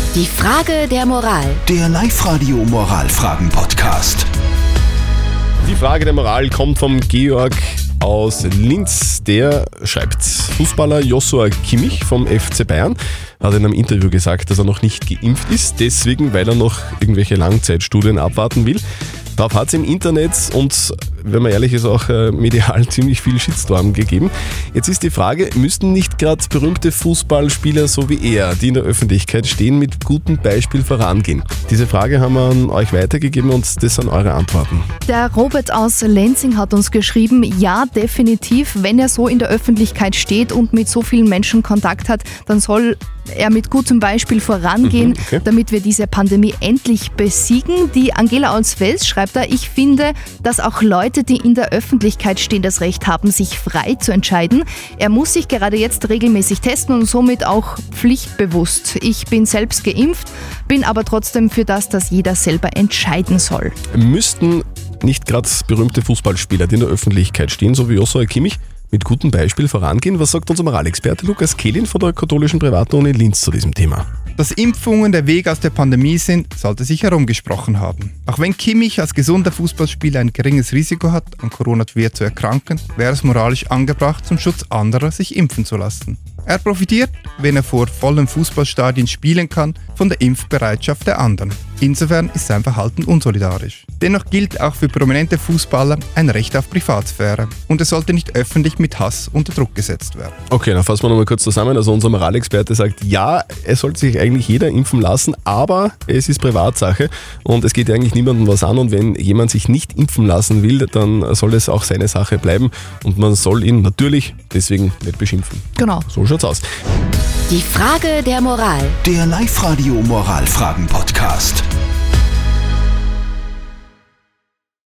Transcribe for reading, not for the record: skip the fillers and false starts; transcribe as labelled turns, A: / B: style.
A: Die Frage der Moral.
B: Der Live-Radio-Moralfragen-Podcast.
C: Die Frage der Moral kommt vom Georg aus Linz. Der schreibt, Fußballer Joshua Kimmich vom FC Bayern hat in einem Interview gesagt, dass er noch nicht geimpft ist, deswegen, weil er noch irgendwelche Langzeitstudien abwarten will. Darauf hat es im Internet und, wenn man ehrlich ist, auch medial ziemlich viel Shitstorm gegeben. Jetzt ist die Frage, müssten nicht gerade berühmte Fußballspieler so wie er, die in der Öffentlichkeit stehen, mit gutem Beispiel vorangehen? Diese Frage haben wir an euch weitergegeben und das sind eure Antworten.
D: Der Robert aus Lenzing hat uns geschrieben, ja, definitiv, wenn er so in der Öffentlichkeit steht und mit so vielen Menschen Kontakt hat, dann soll er mit gutem Beispiel vorangehen, damit wir diese Pandemie endlich besiegen. Die Angela aus Wels schreibt da, ich finde, dass auch Leute, die in der Öffentlichkeit stehen, das Recht haben, sich frei zu entscheiden. Er muss sich gerade jetzt regelmäßig testen und somit auch pflichtbewusst. Ich bin selbst geimpft, bin aber trotzdem für das, dass jeder selber entscheiden soll.
C: Müssten nicht gerade berühmte Fußballspieler, die in der Öffentlichkeit stehen, so wie Joshua Kimmich, mit gutem Beispiel vorangehen? Was sagt unser Moralexperte Lukas Kehlin von der katholischen Privatuni Linz zu diesem Thema?
E: Dass Impfungen der Weg aus der Pandemie sind, sollte sich herumgesprochen haben. Auch wenn Kimmich als gesunder Fußballspieler ein geringes Risiko hat, an Coronavirus zu erkranken, wäre es moralisch angebracht, zum Schutz anderer sich impfen zu lassen. Er profitiert, wenn er vor vollen Fußballstadien spielen kann, von der Impfbereitschaft der anderen. Insofern ist sein Verhalten unsolidarisch. Dennoch gilt auch für prominente Fußballer ein Recht auf Privatsphäre und es sollte nicht öffentlich mit Hass unter Druck gesetzt werden.
C: Okay, dann fassen wir nochmal kurz zusammen. Also unser Moralexperte sagt, ja, es sollte sich eigentlich jeder impfen lassen, aber es ist Privatsache und es geht eigentlich niemandem was an und wenn jemand sich nicht impfen lassen will, dann soll es auch seine Sache bleiben und man soll ihn natürlich deswegen nicht beschimpfen.
D: Genau.
C: So schaut's aus.
A: Die Frage der Moral.
B: Der Live-Radio-Moralfragen-Podcast.